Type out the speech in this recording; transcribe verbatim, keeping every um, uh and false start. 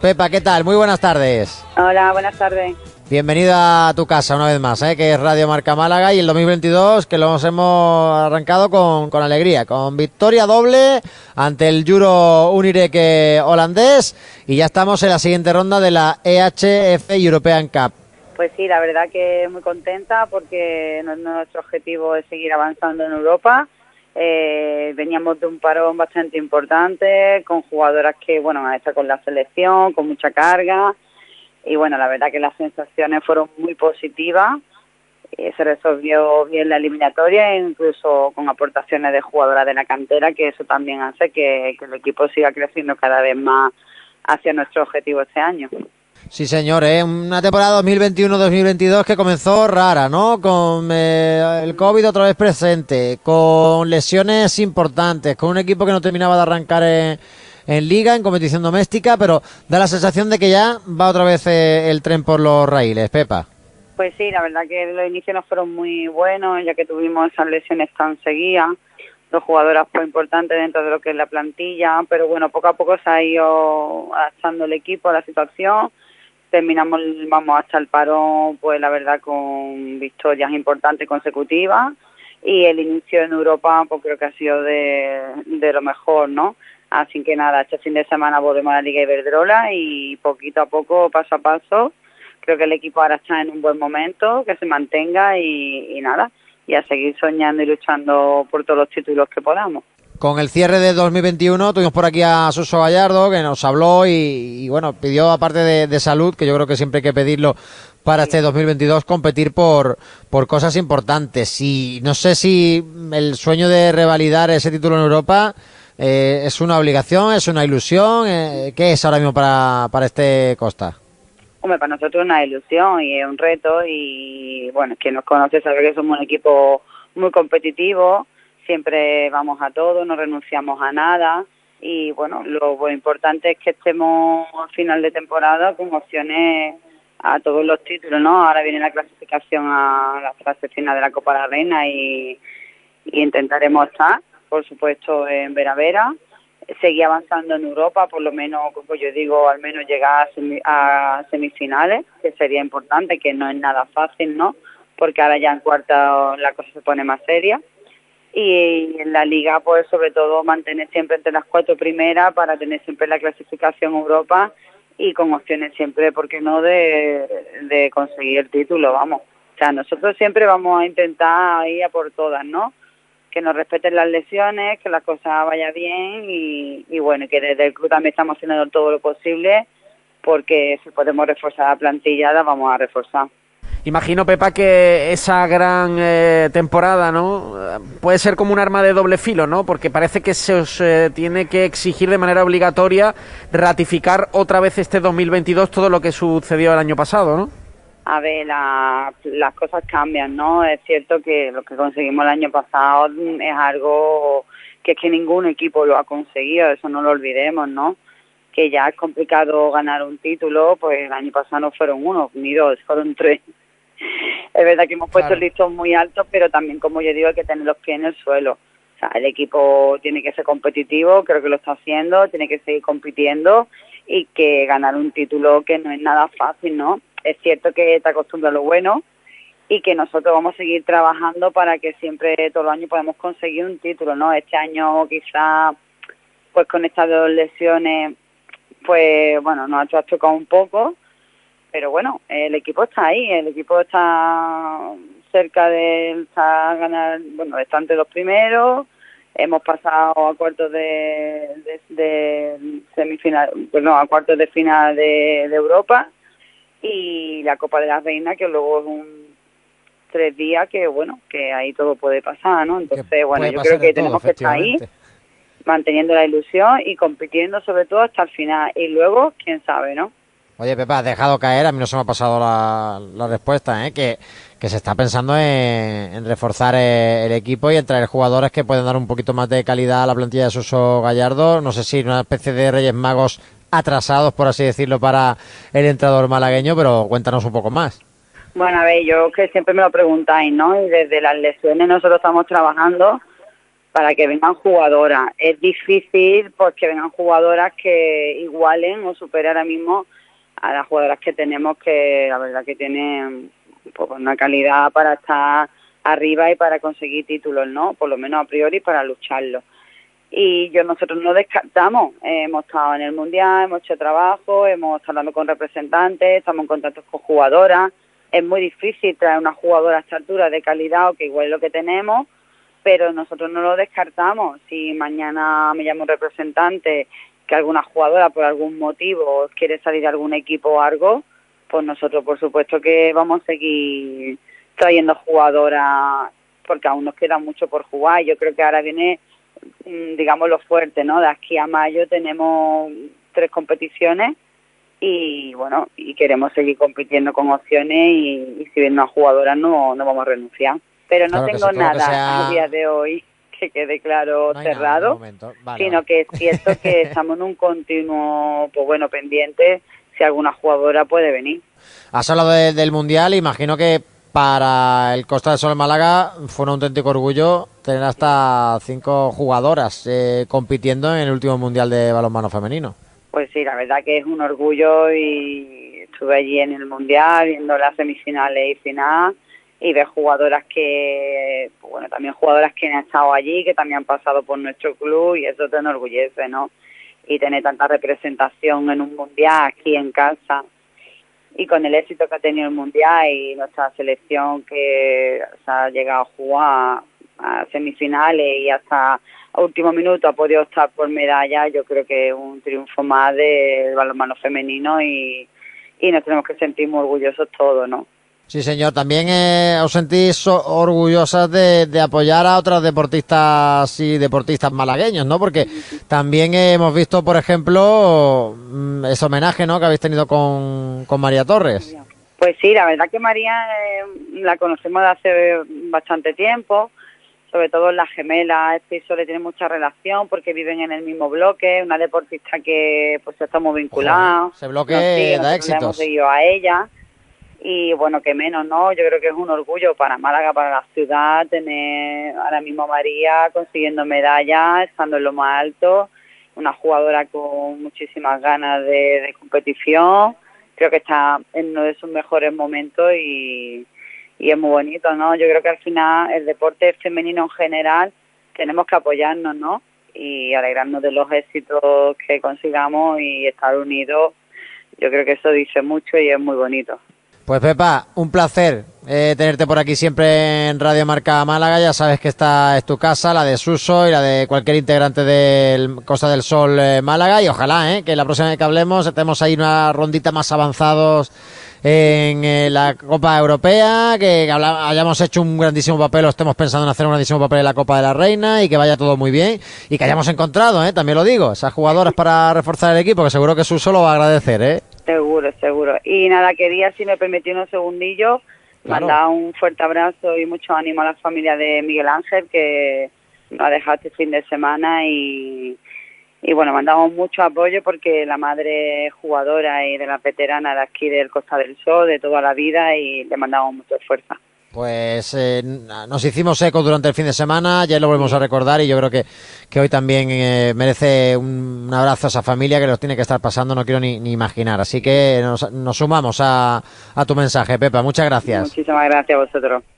Pepa, ¿qué tal? Muy buenas tardes. Hola, buenas tardes. Bienvenida a tu casa una vez más, ¿eh? Que es Radio Marca Málaga, y el dos mil veintidós que lo hemos arrancado con, con alegría, con victoria doble ante el Juro Unirek holandés, y ya estamos en la siguiente ronda de la E H F European Cup. Pues sí, la verdad que muy contenta porque nuestro objetivo es seguir avanzando en Europa. Eh, veníamos de un parón bastante importante, con jugadoras que, bueno, han estado con la selección, con mucha carga, y bueno, la verdad que las sensaciones fueron muy positivas. Eh, se resolvió bien la eliminatoria, incluso con aportaciones de jugadoras de la cantera, que eso también hace que, que el equipo siga creciendo cada vez más hacia nuestro objetivo este año. Sí, señor, ¿eh? Una temporada dos mil veintiuno dos mil veintidós que comenzó rara, ¿no? Con eh, el COVID otra vez presente, con lesiones importantes, con un equipo que no terminaba de arrancar en, en Liga, en competición doméstica, pero da la sensación de que ya va otra vez eh, el tren por los raíles, Pepa. Pues sí, la verdad que los inicios no fueron muy buenos, ya que tuvimos esas lesiones tan seguidas. Dos jugadoras fue importante dentro de lo que es la plantilla, pero bueno, poco a poco se ha ido adaptando el equipo a la situación. Terminamos, vamos hasta el parón, pues la verdad con victorias importantes consecutivas, y el inicio en Europa pues creo que ha sido de, de lo mejor, ¿no? Así que nada, este fin de semana volvemos a la Liga Iberdrola y poquito a poco, paso a paso, creo que el equipo ahora está en un buen momento, que se mantenga y, y nada, y a seguir soñando y luchando por todos los títulos que podamos. Con el cierre de dos mil veintiuno tuvimos por aquí a Suso Gallardo, que nos habló y, y bueno, pidió, aparte de, de salud, que yo creo que siempre hay que pedirlo para este dos mil veintidós, competir por, por cosas importantes. Y no sé si el sueño de revalidar ese título en Europa eh, es una obligación, es una ilusión, eh, ¿qué es ahora mismo para, para este Costa? Hombre, para nosotros es una ilusión y es un reto, y bueno, quien nos conoce sabe que somos un equipo muy competitivo. Siempre vamos a todo, no renunciamos a nada, y bueno, lo importante es que estemos al final de temporada con opciones a todos los títulos, ¿no? Ahora viene la clasificación a la fase final de la Copa de la Reina y, y intentaremos estar, por supuesto, en Vera Vera, seguir avanzando en Europa, por lo menos, como yo digo, al menos llegar a, semi, a semifinales, que sería importante, que no es nada fácil, ¿no? Porque ahora ya en cuarta la cosa se pone más seria. Y en la Liga, pues sobre todo mantener siempre entre las cuatro primeras para tener siempre la clasificación Europa y con opciones siempre, ¿por qué no?, de, de conseguir el título, vamos. O sea, nosotros siempre vamos a intentar ir a por todas, ¿no? Que nos respeten las lesiones, que las cosas vayan bien y, y bueno, que desde el club también estamos haciendo todo lo posible, porque si podemos reforzar la plantilla, la vamos a reforzar. Imagino, Pepa, que esa gran eh, temporada, ¿no?, puede ser como un arma de doble filo, ¿no? Porque parece que se os eh, tiene que exigir de manera obligatoria ratificar otra vez este dos mil veintidós todo lo que sucedió el año pasado, ¿no? A ver, la, las cosas cambian, ¿no? Es cierto que lo que conseguimos el año pasado es algo que es que ningún equipo lo ha conseguido, eso no lo olvidemos, ¿no? Que ya es complicado ganar un título, pues el año pasado no fueron uno, ni dos, fueron tres. Es verdad que hemos puesto claro. el listón muy alto, pero también, como yo digo, hay que tener los pies en el suelo. O sea, el equipo tiene que ser competitivo, creo que lo está haciendo, tiene que seguir compitiendo y que ganar un título que no es nada fácil, ¿no? Es cierto que está acostumbrado a lo bueno y que nosotros vamos a seguir trabajando para que siempre, todos los años, podamos conseguir un título, ¿no? Este año quizá, pues con estas dos lesiones, pues bueno, nos ha tocado un poco. Pero bueno, el equipo está ahí, el equipo está cerca de está ganar, bueno, está entre los primeros, hemos pasado a cuartos de, de, de semifinal, bueno, a cuartos de final de, de Europa, y la Copa de la Reina, que luego es un tres días que, bueno, que ahí todo puede pasar, ¿no? Entonces, bueno, yo creo que tenemos que estar ahí, manteniendo la ilusión y compitiendo sobre todo hasta el final, y luego, quién sabe, ¿no? Oye, Pepa, has dejado caer, a mí no se me ha pasado la, la respuesta, ¿eh? que, que se está pensando en, en reforzar el, el equipo y en traer jugadores que pueden dar un poquito más de calidad a la plantilla de Suso Gallardo. No sé si una especie de Reyes Magos atrasados, por así decirlo, para el entrenador malagueño, pero cuéntanos un poco más. Bueno, a ver, yo que siempre me lo preguntáis, ¿no? Y desde las lesiones nosotros estamos trabajando para que vengan jugadoras. Es difícil pues que vengan jugadoras que igualen o superen ahora mismo a las jugadoras que tenemos, que la verdad que tienen pues, una calidad para estar arriba y para conseguir títulos, ¿no? Por lo menos a priori para lucharlo. Y yo nosotros no descartamos, eh, hemos estado en el Mundial, hemos hecho trabajo, hemos estado hablando con representantes, estamos en contacto con jugadoras. Es muy difícil traer una jugadora a esta altura de calidad o que igual es lo que tenemos, pero nosotros no lo descartamos. Si mañana me llama un representante que alguna jugadora por algún motivo quiere salir de algún equipo o algo, pues nosotros por supuesto que vamos a seguir trayendo jugadoras porque aún nos queda mucho por jugar. Yo creo que ahora viene, digamos, lo fuerte, ¿no? De aquí a mayo tenemos tres competiciones y bueno, y queremos seguir compitiendo con opciones y, y si vienen unas jugadoras no, no vamos a renunciar. Pero no claro tengo sí, nada que sea... a día de hoy que quede claro no cerrado, nada, vale, sino vale. que es cierto que estamos en un continuo, pues bueno, pendiente si alguna jugadora puede venir. Has hablado de, del Mundial, imagino que para el Costa del Sol Málaga fue un auténtico orgullo tener hasta cinco jugadoras eh, compitiendo en el último Mundial de balonmano femenino. Pues sí, la verdad que es un orgullo y estuve allí en el Mundial viendo las semifinales y final y ver jugadoras que, pues bueno, también jugadoras que han estado allí, que también han pasado por nuestro club y eso te enorgullece, ¿no? Y tener tanta representación en un Mundial aquí en casa y con el éxito que ha tenido el Mundial y nuestra selección que o sea, ha llegado a jugar a semifinales y hasta a último minuto ha podido optar por medalla, yo creo que es un triunfo más del balonmano femenino y, y nos tenemos que sentir muy orgullosos todos, ¿no? Sí, señor. También eh, os sentís orgullosas de, de apoyar a otras deportistas y deportistas malagueños, ¿no? Porque también eh, hemos visto, por ejemplo, ese homenaje, ¿no?, que habéis tenido con, con María Torres. Pues sí, la verdad que María eh, la conocemos de hace bastante tiempo, sobre todo en las gemelas, eso le tiene mucha relación porque viven en el mismo bloque, una deportista que pues estamos vinculados. Ese bloque da éxitos. Hemos seguido a ella. Y bueno, que menos, ¿no? Yo creo que es un orgullo para Málaga, para la ciudad, tener ahora mismo a María consiguiendo medallas, estando en lo más alto, una jugadora con muchísimas ganas de, de competición, creo que está en uno de sus mejores momentos y, y es muy bonito, ¿no? Yo creo que al final el deporte femenino en general tenemos que apoyarnos, ¿no? Y alegrarnos de los éxitos que consigamos y estar unidos, yo creo que eso dice mucho y es muy bonito. Pues Pepa, un placer eh, tenerte por aquí siempre en Radio Marca Málaga. Ya sabes que esta es tu casa, la de Suso y la de cualquier integrante del Costa del Sol eh, Málaga. Y ojalá eh, que la próxima vez que hablemos estemos ahí una rondita más avanzados en eh, la Copa Europea, que habla, hayamos hecho un grandísimo papel o estemos pensando en hacer un grandísimo papel en la Copa de la Reina y que vaya todo muy bien y que hayamos encontrado, eh, también lo digo, esas jugadoras para reforzar el equipo, que seguro que Suso lo va a agradecer, ¿eh? Seguro, seguro. Y nada, quería, si me permití unos segundillos, claro, mandar un fuerte abrazo y mucho ánimo a la familia de Miguel Ángel, que nos ha dejado este fin de semana y, y bueno, mandamos mucho apoyo porque la madre es jugadora y de la veterana de aquí del Costa del Sol, de toda la vida, y le mandamos mucha fuerza. Pues eh, nos hicimos eco durante el fin de semana, ya lo volvemos a recordar y yo creo que, que hoy también eh, merece un, un abrazo a esa familia que los tiene que estar pasando, no quiero ni, ni imaginar. Así que nos, nos sumamos a, a tu mensaje, Pepa. Muchas gracias. Muchísimas gracias a vosotros.